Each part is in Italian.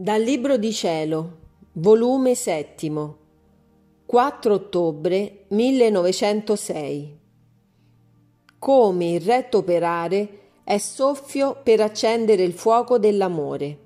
Dal Libro di Cielo, volume 7, 4 ottobre 1906. Come il retto operare è soffio per accendere il fuoco dell'amore.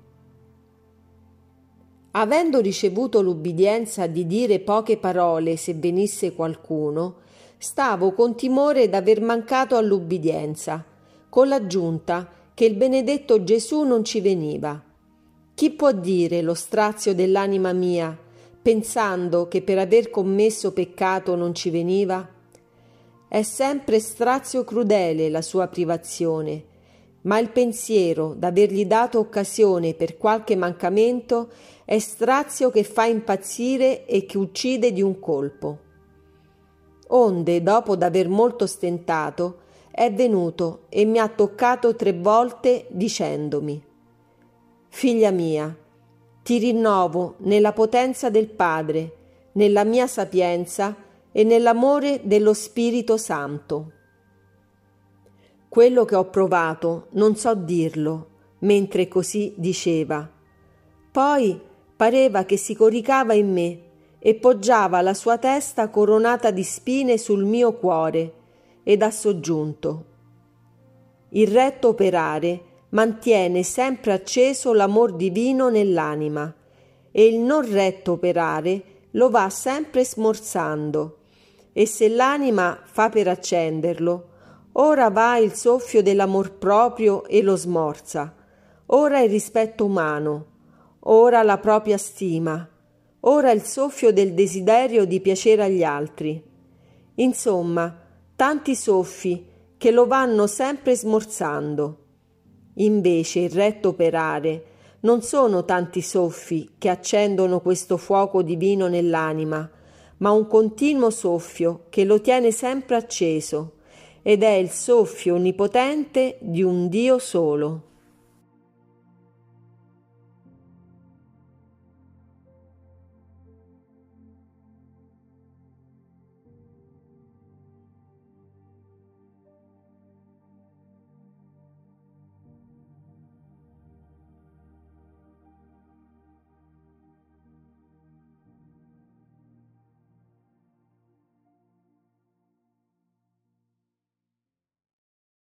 Avendo ricevuto l'ubbidienza di dire poche parole se venisse qualcuno, stavo con timore d'aver mancato all'ubbidienza, con l'aggiunta che il benedetto Gesù non ci veniva. Chi può dire lo strazio dell'anima mia, pensando che per aver commesso peccato non ci veniva? È sempre strazio crudele la sua privazione, ma il pensiero d'avergli dato occasione per qualche mancamento è strazio che fa impazzire e che uccide di un colpo. Onde, dopo d'aver molto stentato, è venuto e mi ha toccato 3 volte dicendomi: «Figlia mia, ti rinnovo nella potenza del Padre, nella mia sapienza e nell'amore dello Spirito Santo». Quello che ho provato non so dirlo, mentre così diceva. Poi pareva che si coricava in me e poggiava la sua testa coronata di spine sul mio cuore ed ha soggiunto: «Il retto operare mantiene sempre acceso l'amor divino nell'anima e il non retto operare lo va sempre smorzando, e se l'anima fa per accenderlo, ora va il soffio dell'amor proprio e lo smorza, ora il rispetto umano, ora la propria stima, ora il soffio del desiderio di piacere agli altri. Insomma, tanti soffi che lo vanno sempre smorzando. Invece il retto operare non sono tanti soffi che accendono questo fuoco divino nell'anima, ma un continuo soffio che lo tiene sempre acceso, ed è il soffio onnipotente di un Dio solo».